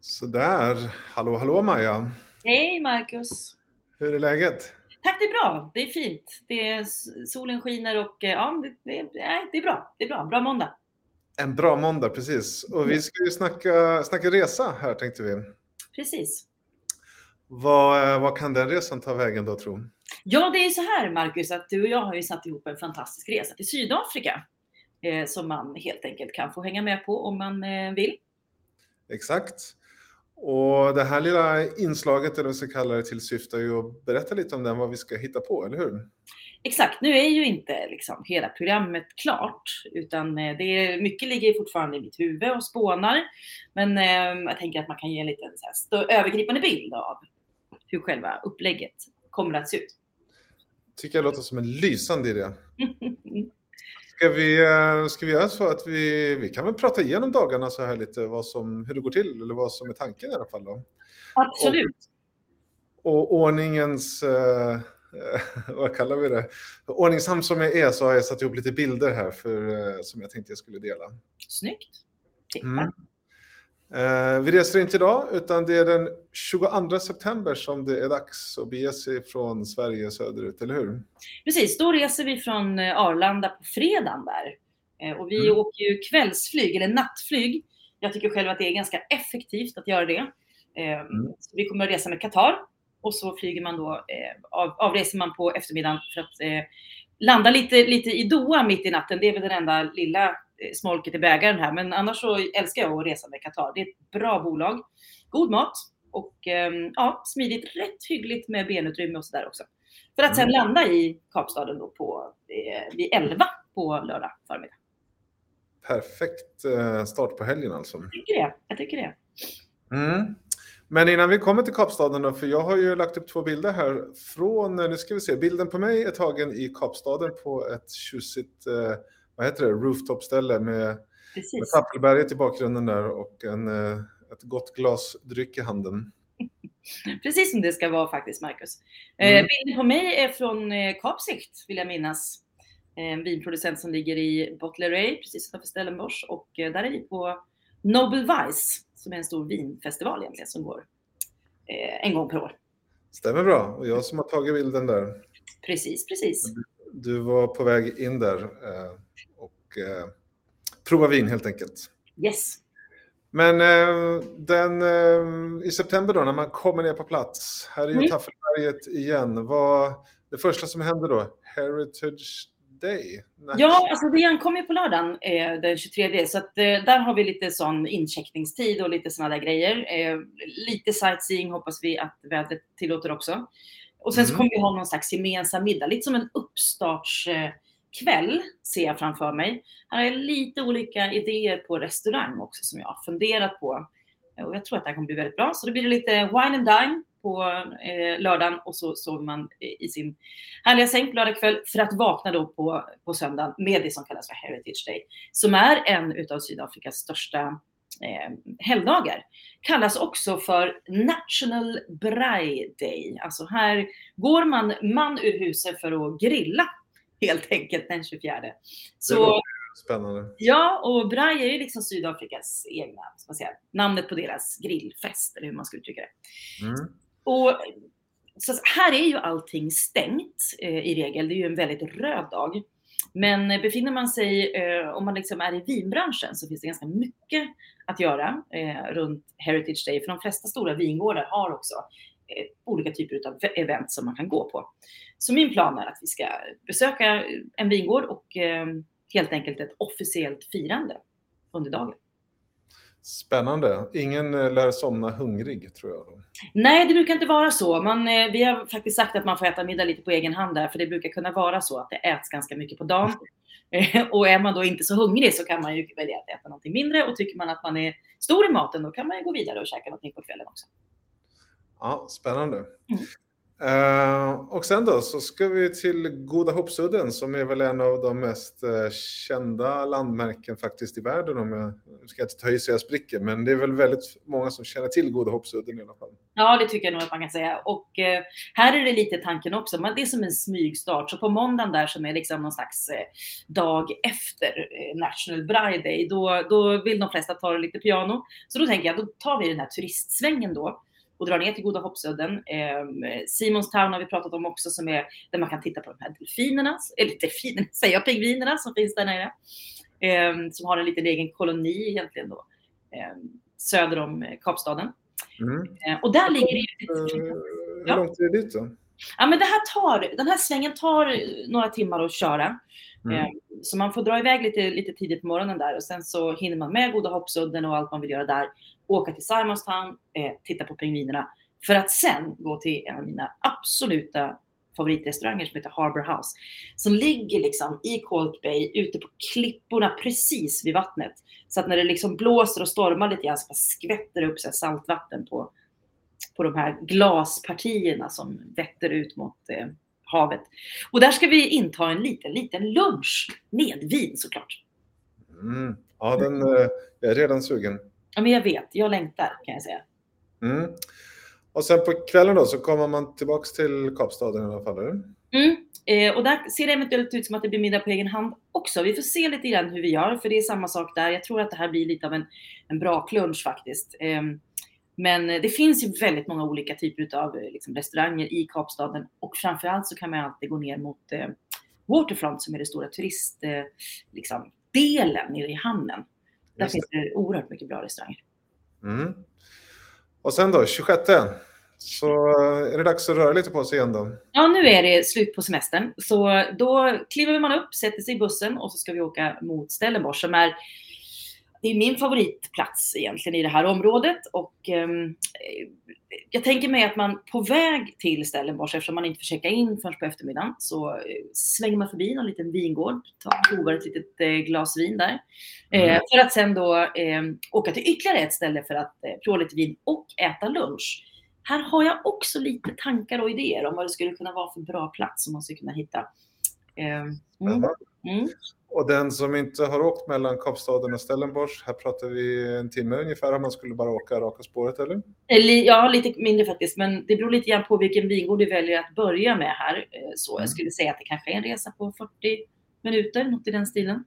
Sådär. Hallå Maja. Hej Marcus. Hur är läget? Tack, det är bra. Det är fint. Solen skiner och ja, det är bra. Det är bra. Bra måndag. En bra måndag, precis. Och vi ska ju snacka resa här, tänkte vi. Precis. Vad kan den resan ta vägen då, tro? Ja, det är så här Marcus, att du och jag har ju satt ihop en fantastisk resa till Sydafrika. Som man helt enkelt kan få hänga med på om man vill. Exakt. Och det här lilla inslaget, eller vad vi ska kalla det, tillsyftar ju att berätta lite om den, vad vi ska hitta på, eller hur? Exakt, nu är ju inte liksom hela programmet klart, utan mycket ligger fortfarande i mitt huvud och spånar. Men jag tänker att man kan ge en liten så här övergripande bild av hur själva upplägget kommer att se ut. Tycker jag låter som en lysande idé. Ska vi göra så att vi kan väl prata igenom dagarna så här lite, hur det går till, eller vad som är tanken i alla fall då. Absolut. Och ordningens, vad kallar vi det? Ordningsam som jag är, så har jag satt ihop lite bilder här som jag tänkte jag skulle dela. Snyggt. Vi reser inte idag, utan det är den 22 september som det är dags att bege sig från Sverige söderut, eller hur? Precis, då reser vi från Arlanda på fredagen där. Och vi åker ju kvällsflyg, eller nattflyg. Jag tycker själv att det är ganska effektivt att göra det. Så vi kommer att resa med Qatar. Och så flyger man då, avreser man på eftermiddagen för att landa lite i Doha mitt i natten. Det är väl den enda lilla smolket i bägaren här. Men annars så älskar jag att resa med Qatar. Det är ett bra bolag. God mat. Och smidigt, rätt hyggligt med benutrymme och sådär också. För att sen landa i Kapstaden då vid 11 på lördag förmiddag. Perfekt start på helgen alltså. Jag tycker det. Men innan vi kommer till Kapstaden då, för jag har ju lagt upp 2 bilder här från, nu ska vi se, bilden på mig är tagen i Kapstaden på ett tjusigt, rooftop-ställe med Tappelberget i bakgrunden där och ett gott glas dryck i handen. Precis som det ska vara faktiskt, Marcus. Bilden på mig är från Kapsikt, vill jag minnas. En vinproducent som ligger i Bottleray, precis utanför Stellenbosch. Och där är vi på Noble Vice, som är en stor vinfestival egentligen, som går en gång per år. Stämmer bra. Och jag som har tagit bilden där. Precis. Du var på väg in där och prova vin helt enkelt. Yes. Men i september då, när man kommer ner på plats, här är ju Tappelberget igen. Det första som händer då? Heritage Day? Ja, alltså vi ankommer på lördagen den 23. Så att, där har vi lite sån incheckningstid och lite såna där grejer. Lite sightseeing hoppas vi att vädret tillåter också. Och sen så kommer vi ha någon slags gemensam middag. Lite som en uppstartskväll ser jag framför mig. Här har jag lite olika idéer på restaurang också som jag har funderat på. Och jag tror att det här kommer bli väldigt bra. Så då blir det lite wine and dine på lördagen och så sover man i sin härliga säng på lördag kväll för att vakna då på söndagen med det som kallas för Heritage Day, som är en utav Sydafrikas största helgdagar. Kallas också för National Braai Day. Alltså här går man ur huset för att grilla helt enkelt den 24. Så spännande. Ja, och braai är ju liksom Sydafrikas egna, ska man säga, namnet på deras grillfest, eller hur man ska uttrycka det. Och så här är ju allting stängt i regel. Det är ju en väldigt röd dag. Men befinner man sig, om man liksom är i vinbranschen, så finns det ganska mycket att göra runt Heritage Day. För de flesta stora vingårdar har också olika typer av event som man kan gå på. Så min plan är att vi ska besöka en vingård och helt enkelt ett officiellt firande under dagen. Spännande. Ingen lär somna hungrig, tror jag. Nej, det brukar inte vara så. Vi har faktiskt sagt att man får äta middag lite på egen hand där, för det brukar kunna vara så att det äts ganska mycket på dagen. Och är man då inte så hungrig så kan man ju välja att äta någonting mindre, och tycker man att man är stor i maten, då kan man ju gå vidare och käka någonting på kvällen också. Ja, spännande. Och sen då så ska vi till Goda Hoppsudden som är väl en av de mest kända landmärken faktiskt i världen. Om jag ska inte ta i sig jag spricker, men det är väl väldigt många som känner till Goda Hoppsudden i alla fall. Ja, det tycker jag nog att man kan säga. Och här är det lite tanken också. Det är som en smygstart. Så på måndagen där som är liksom någon slags dag efter National Bride Day, då vill de flesta ta det lite piano. Så då tänker jag, då tar vi den här turistsvängen då och drar ner till Goda Hoppsudden. Simonstown har vi pratat om också, som är där man kan titta på de här pingvinerna som finns där nere. Som har en liten egen koloni egentligen då. Söder om Kapstaden. Och där ligger det ju... Hur långt är det dit då? Ja, men den här svängen tar några timmar att köra. Så man får dra iväg lite tidigt på morgonen där. Och sen så hinner man med Goda Hoppsudden och allt man vill göra där. Åka till Simonstown, titta på pingvinerna. För att sen gå till en av mina absoluta favoritrestauranger som heter Harbour House. Som ligger liksom i Colt Bay, ute på klipporna precis vid vattnet. Så att när det liksom blåser och stormar lite grann så skvätter det upp så här saltvatten på de här glaspartierna som vetter ut mot havet. Och där ska vi inta en liten lunch med vin såklart. Ja, jag är redan sugen. Ja, men jag vet. Jag längtar kan jag säga. Och sen på kvällen då så kommer man tillbaks till Kapstaden i alla fall, eller? Och där ser det eventuellt ut som att det blir middag på egen hand också. Vi får se lite grann hur vi gör, för det är samma sak där. Jag tror att det här blir lite av en bra lunch faktiskt. Men det finns ju väldigt många olika typer av liksom, restauranger i Kapstaden. Och framförallt så kan man alltid gå ner mot Waterfront som är det stora turistdelen liksom, nere i hamnen. Där finns det oerhört mycket bra restauranger. Och sen då, 26. Så är det dags att röra lite på sig igen då? Ja, nu är det slut på semestern. Så då kliver man upp, sätter sig i bussen och så ska vi åka mot Stellenbosch som det är min favoritplats egentligen i det här området. Och jag tänker mig att man på väg till Stellenbosch, eftersom man inte får checka in förrän på eftermiddagen, så svänger man förbi någon liten vingård, provar ett litet glas vin där. För att sen då åka till ytterligare ett ställe för att prova lite vin och äta lunch. Här har jag också lite tankar och idéer om vad det skulle kunna vara för bra plats som man skulle kunna hitta. Och den som inte har åkt mellan Kapstaden och Stellenbosch, här pratar vi en timme ungefär om man skulle bara åka raka spåret, eller? Ja, lite mindre faktiskt, men det beror lite grann på vilken vingård du väljer att börja med här. Så jag skulle säga att det kanske är en resa på 40 minuter, något i den stilen.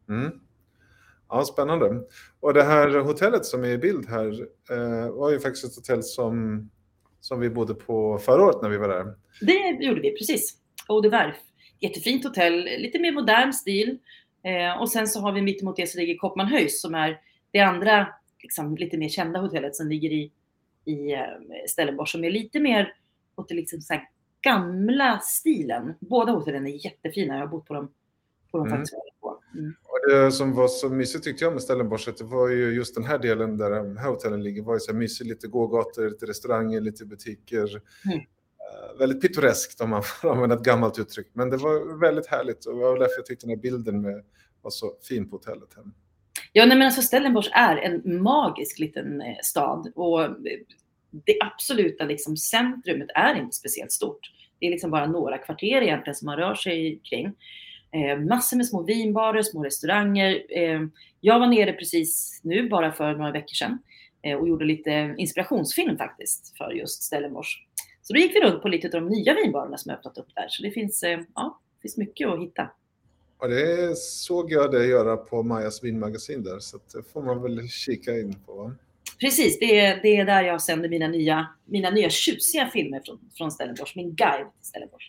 Ja, spännande. Och det här hotellet som är i bild här var ju faktiskt ett hotell som vi bodde på förra året när vi var där. Det gjorde vi, precis. Eau de Verf. Jättefint hotell, lite mer modern stil. Och sen så har vi mitt emot det så ligger Koppmanhöjs som är det andra liksom, lite mer kända hotellet som ligger i Stellenbosch som är lite mer åt det liksom, så här, gamla stilen. Båda hotellen är jättefina, jag har bott på dem faktiskt. Och det som var så mysigt tyckte jag med Stellenbosch, att det var ju just den här delen där de här hotellen ligger, var ju så här mysigt, lite gågator, lite restauranger, lite butiker. Väldigt pittoreskt om man får använda ett gammalt uttryck. Men det var väldigt härligt och det var därför jag tyckte den här bilden var så fin på hotellet. Ja, nej, men alltså Stellenbosch är en magisk liten stad och det absoluta liksom, centrumet är inte speciellt stort. Det är liksom bara några kvarter egentligen som man rör sig kring. Massor med små vinbarer, små restauranger. Jag var nere precis nu, bara för några veckor sedan och gjorde lite inspirationsfilm faktiskt för just Stellenbosch. Så då gick vi runt på lite av de nya vinbarerna som har öppnat upp där. Så det finns mycket att hitta. Och det såg jag det göra på Majas vinmagasin där. Så det får man väl kika in på. Precis, det är där jag sänder mina nya tjusiga filmer från Stellenbosch. Min guide till Stellenbosch.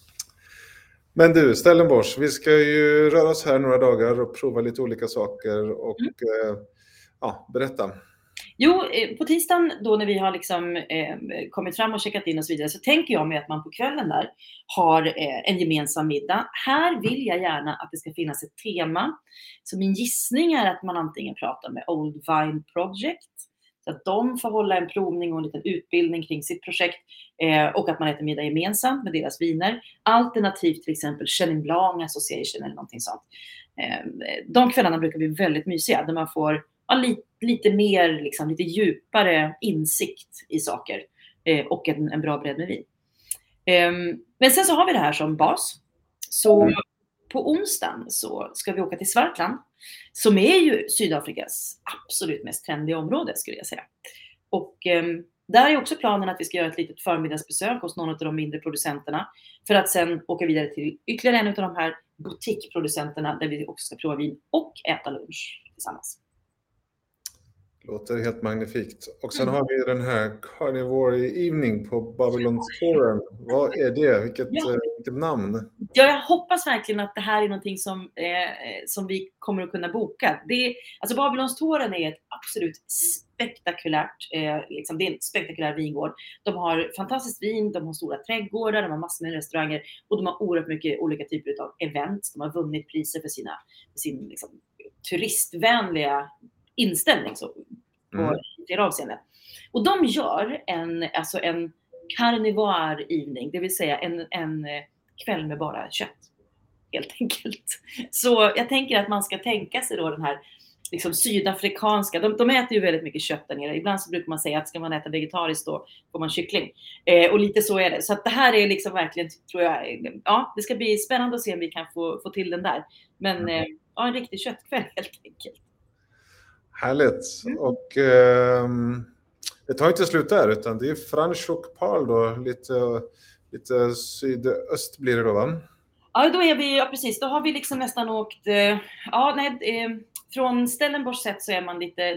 Men du, Stellenbosch, vi ska ju röra oss här några dagar och prova lite olika saker och berätta. Jo, på tisdagen då när vi har liksom, kommit fram och checkat in och så vidare så tänker jag mig att man på kvällen där har en gemensam middag. Här vill jag gärna att det ska finnas ett tema. Så min gissning är att man antingen pratar med Old Vine Project så att de får hålla en provning och en liten utbildning kring sitt projekt och att man äter middag gemensamt med deras viner. Alternativt till exempel Chenin Blanc Association eller någonting sånt. De kvällarna brukar bli väldigt mysiga där man får lite mer, liksom, lite djupare insikt i saker och en bra bredd med vin. Men sen så har vi det här som bas. Så på onsdagen så ska vi åka till Svartland, som är ju Sydafrikas absolut mest trendiga område, skulle jag säga. Och där är också planen att vi ska göra ett litet förmiddagsbesök hos någon av de mindre producenterna, för att sen åka vidare till ytterligare en av de här butikproducenterna där vi också ska prova vin och äta lunch tillsammans. Låter helt magnifikt. Och sen har vi den här Carnivore Evening på Babylon-touren. Vad är det? Vilket namn? Ja, jag hoppas verkligen att det här är någonting som vi kommer att kunna boka. Alltså Babylons-touren är ett absolut spektakulärt, liksom, det är en spektakulär vingård. De har fantastiskt vin, de har stora trädgårdar, de har massor med restauranger och de har oerhört mycket olika typer av events. De har vunnit priser för sin liksom, turistvänliga inställning så, på flera avseenden. Och de gör en carnivore evening, det vill säga en kväll med bara kött, helt enkelt. Så jag tänker att man ska tänka sig då den här liksom sydafrikanska, de äter ju väldigt mycket kött där nere. Ibland så brukar man säga att ska man äta vegetariskt då får man kyckling. Och lite så är det. Så att det här är liksom verkligen, tror jag, ja, det ska bli spännande att se om vi kan få till den där. Men ja, en riktig köttkväll helt enkelt. Härligt. Och det tar inte slut där, utan det är Franschhoek-Paarl då, lite sydöst blir det då, va? Ja, då är vi, ja precis, då har vi liksom nästan åkt, från Stellenbosch sett så är man lite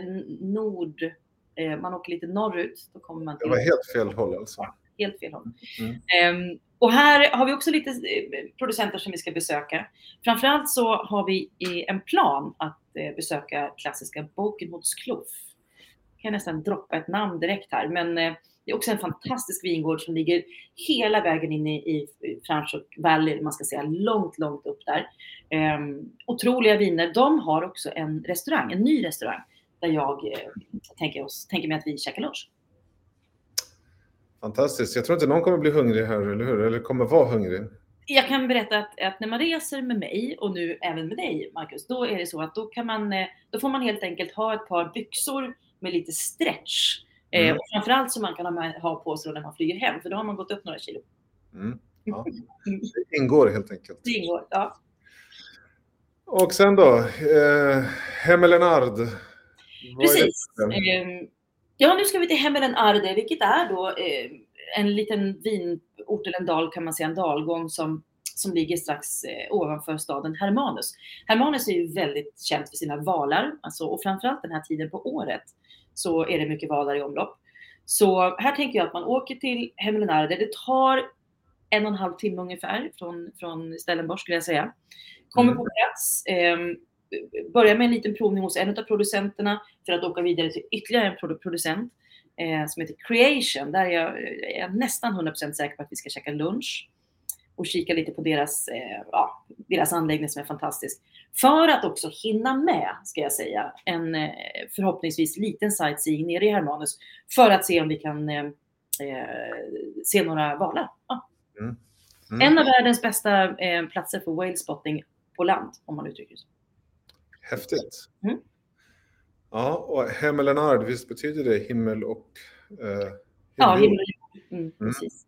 man åker lite norrut, då kommer man till... Det var helt fel håll alltså. Ja, helt fel håll. Och här har vi också lite producenter som vi ska besöka. Framförallt så har vi en plan att besöka klassiska Bokenhodskloof. Jag kan nästan droppa ett namn direkt här, men det är också en fantastisk vingård som ligger hela vägen in i Franschhoek Valley, man ska säga långt upp där. Otroliga viner. De har också en ny restaurang, där jag tänker mig att vi käkar lunch. Fantastiskt. Jag tror inte någon kommer bli hungrig här, eller hur? Eller kommer vara hungrig. Jag kan berätta att när man reser med mig och nu även med dig, Marcus, då är det så att då får man helt enkelt ha ett par byxor med lite stretch. Och framförallt så man kan ha på sig när man flyger hem, för då har man gått upp några kilo. Ja. Det ingår helt enkelt. Det ingår, ja. Och sen då, Hemelenard. Precis. Ja, nu ska vi till Hemelenarde, vilket är då en liten vinort eller en dal, kan man säga, en dalgång som ligger strax ovanför staden Hermanus. Hermanus är ju väldigt känt för sina valar, alltså, och framförallt den här tiden på året så är det mycket valar i omlopp. Så här tänker jag att man åker till Hemelenarde. Det tar 1,5 timme ungefär från Stellenbosch, skulle jag säga. Kommer på plats, börjar med en liten provning hos en av producenterna för att åka vidare till ytterligare en producent som heter Creation. Där är jag nästan 100% säker på att vi ska käka lunch och kika lite på deras anläggning som är fantastisk. För att också hinna med, ska jag säga, en förhoppningsvis liten sightseeing nere i Hermanus för att se om vi kan se några valar. Ja. En av världens bästa platser för whale spotting på land, om man uttrycker det så. Häftigt. Ja, och Hemelenard, visst betyder det himmel och himmel? Ja, himmel och jord. Precis.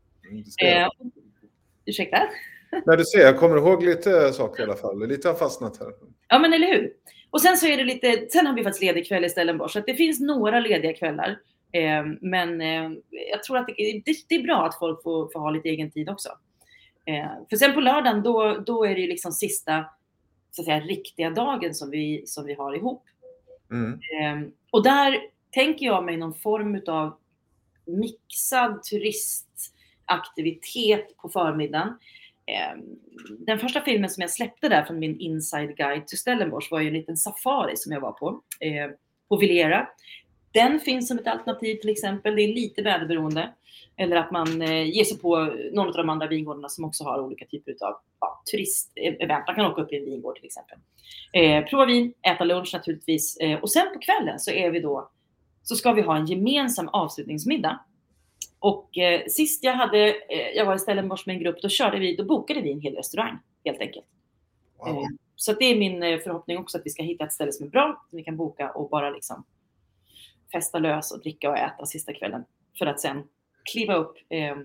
Ursäkta? Nej, du ser, jag kommer ihåg lite saker i alla fall. Lite har fastnat här. Ja, men eller hur? Och sen så är det sen har vi faktiskt ledig kväll i Stellenbosch. Så att det finns några lediga kvällar. Men jag tror att det är bra att folk får ha lite egen tid också. För sen på lördagen, då är det ju liksom sista, så att säga, riktiga dagen som vi har ihop. Och där tänker jag mig någon form av mixad turistaktivitet på förmiddagen. Den första filmen som jag släppte där från min Inside Guide to Stellenbosch var ju en liten safari som jag var på Villera. Den finns som ett alternativ till exempel. Det är lite väderberoende. Eller att man ger sig på någon av de andra vingårdarna som också har olika typer av turistevent. Man kan åka upp i en vingård till exempel. Prova vin, äta lunch naturligtvis. Och sen på kvällen så ska vi ha en gemensam avslutningsmiddag. Och sist jag var i Stellenbosch med en grupp, då bokade vi en hel restaurang helt enkelt. Wow. Så det är min förhoppning också, att vi ska hitta ett ställe som är bra, som vi kan boka och bara liksom festa lös och dricka och äta sista kvällen. För att sen kliva upp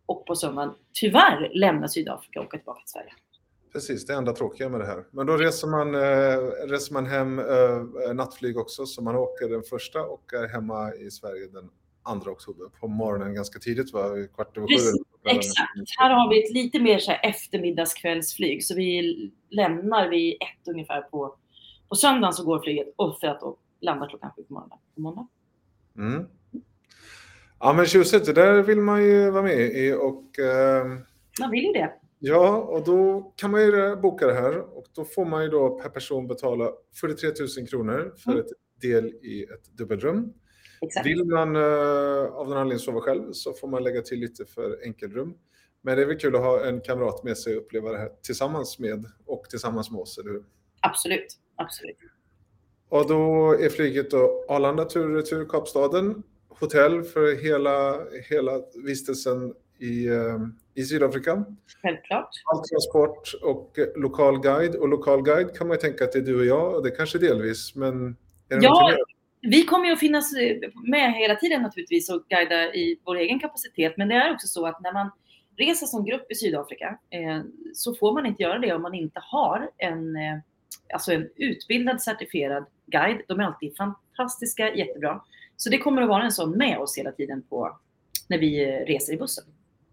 och på söndagen tyvärr lämna Sydafrika och åka tillbaka till Sverige. Precis, det är enda tråkiga med det här. Men då reser man hem nattflyg också, så man åker den första och är hemma i Sverige den 2 oktober på morgonen ganska tidigt, va? 6:15. Exakt. Här har vi ett lite mer så här eftermiddagskvällsflyg, så vi lämnar vid 1 ungefär på söndagen, så går flyget och för att då landa klockan 7 på måndag. Mm. Ja, men tjusigt, det där vill man ju vara med i och... Man vill ju det. Ja, och då kan man ju boka det här och då får man ju då per person betala 43 000 kronor för ett del i ett dubbelrum. Exakt. Vill man av någon anledning sova själv så får man lägga till lite för enkelrum. Men det är väl kul att ha en kamrat med sig och uppleva det här tillsammans med oss, eller hur? Absolut, absolut. Och då är flyget då Arlanda tur och retur Kapstaden, hotell för hela vistelsen i Sydafrika. Självklart. All transport och lokal guide. Och lokal guide kan man ju tänka att det är du och jag, och det kanske delvis, men är det Ja, vi kommer ju att finnas med hela tiden naturligtvis och guida i vår egen kapacitet. Men det är också så att när man reser som grupp i Sydafrika så får man inte göra det om man inte har en utbildad, certifierad guide. De är alltid fantastiska, jättebra. Så det kommer att vara en sån med oss hela tiden när vi reser i bussen.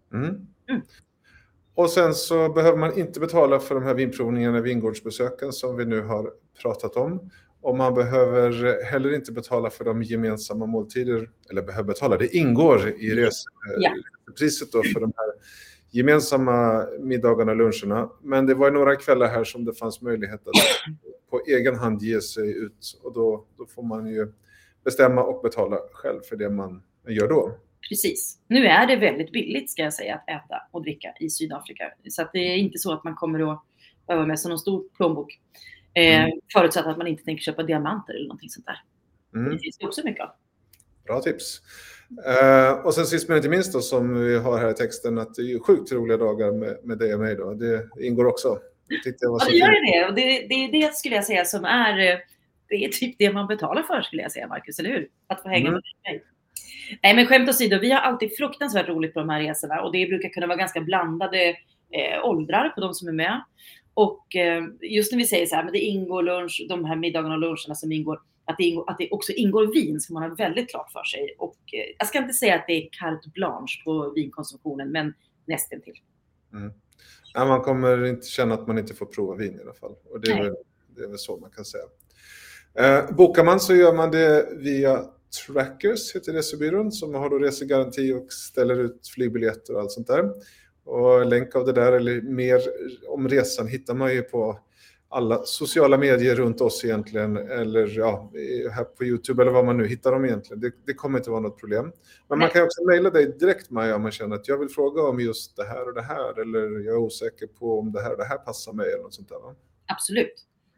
Och sen så behöver man inte betala för de här vinprovningarna, vingårdsbesöken som vi nu har pratat om. Och man behöver heller inte betala för de gemensamma måltider, eller behöver betala, det ingår i resepriset då för de här gemensamma middagarna och luncherna. Men det var några kvällar här som det fanns möjlighet att på egen hand ge sig ut, och då får man ju bestämma och betala själv för det man gör då. Precis. Nu är det väldigt billigt, ska jag säga, att äta och dricka i Sydafrika. Så att det är inte så att man kommer att öva med sig någon stor plånbok. Förutsatt att man inte tänker köpa diamanter eller någonting sånt där. Det finns det också mycket av. Bra tips. Och sen sist men inte minst då, som vi har här i texten, att det är sjukt roliga dagar med dig och mig då. Det ingår också. Det gör det. Och det är det skulle jag säga som är, det är typ det man betalar för, skulle jag säga, Marcus, eller hur? Att få hänga med dig. Nej, men skämt åsido, vi har alltid fruktansvärt roligt på de här resorna, och det brukar kunna vara ganska blandade åldrar på de som är med. Och just när vi säger så här, men det ingår lunch, de här middagarna och luncherna som ingår, att det också ingår vin, ska man ha väldigt klart för sig. Och jag ska inte säga att det är carte blanche på vinkonsumtionen, men nästan till. Ja, man kommer inte känna att man inte får prova vin i alla fall. Och det är väl så man kan säga. Bokar man så gör man det via Trackers, heter resebyrån, som har då resegaranti och ställer ut flygbiljetter och allt sånt där. Och länk av det där eller mer om resan hittar man ju på alla sociala medier runt oss egentligen, eller här på YouTube eller vad man nu hittar dem egentligen. Det kommer inte vara något problem. Men man kan också mejla dig direkt, Maja, om man känner att jag vill fråga om just det här och det här, eller jag är osäker på om det här och det här passar mig eller något sånt där, va? Absolut.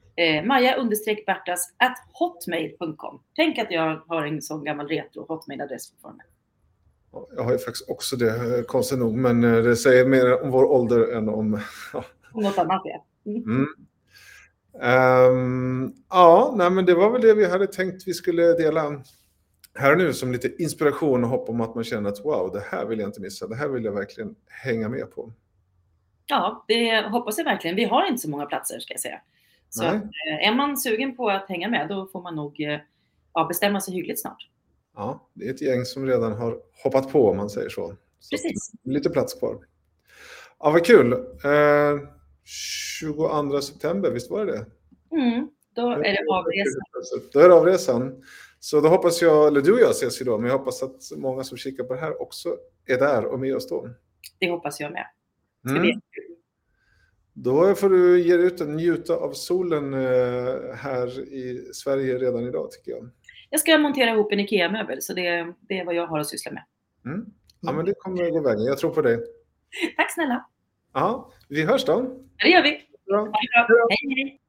Maja_Bertas@hotmail.com. Tänk att jag har en sån gammal retro hotmail-adress fortfarande. Jag har ju faktiskt också det, konstigt nog, men det säger mer om vår ålder än om... Om något annat, men det var väl det vi hade tänkt vi skulle dela här nu som lite inspiration och hopp om att man känner att wow, det här vill jag inte missa, det här vill jag verkligen hänga med på. Ja, det hoppas jag verkligen. Vi har inte så många platser, ska jag säga. Så är man sugen på att hänga med, då får man nog bestämma sig hyggligt snart. Ja, det är ett gäng som redan har hoppat på, om man säger så. Precis. Lite plats kvar. Ja, vad kul. 22 september, visst var det? Då är det avresan. Då är det avresan. Så då hoppas jag, eller du och jag ses ju då, men jag hoppas att många som kikar på det här också är där och med oss då. Det hoppas jag med. Då får du ge ut och njuta av solen här i Sverige redan idag, tycker jag. Jag ska montera ihop en IKEA-möbel, så det är vad jag har att syssla med. Ja, men det kommer att gå vägen. Jag tror på dig. Tack snälla. Ja, vi hörs då. Ja, det gör vi. Bra. Hej.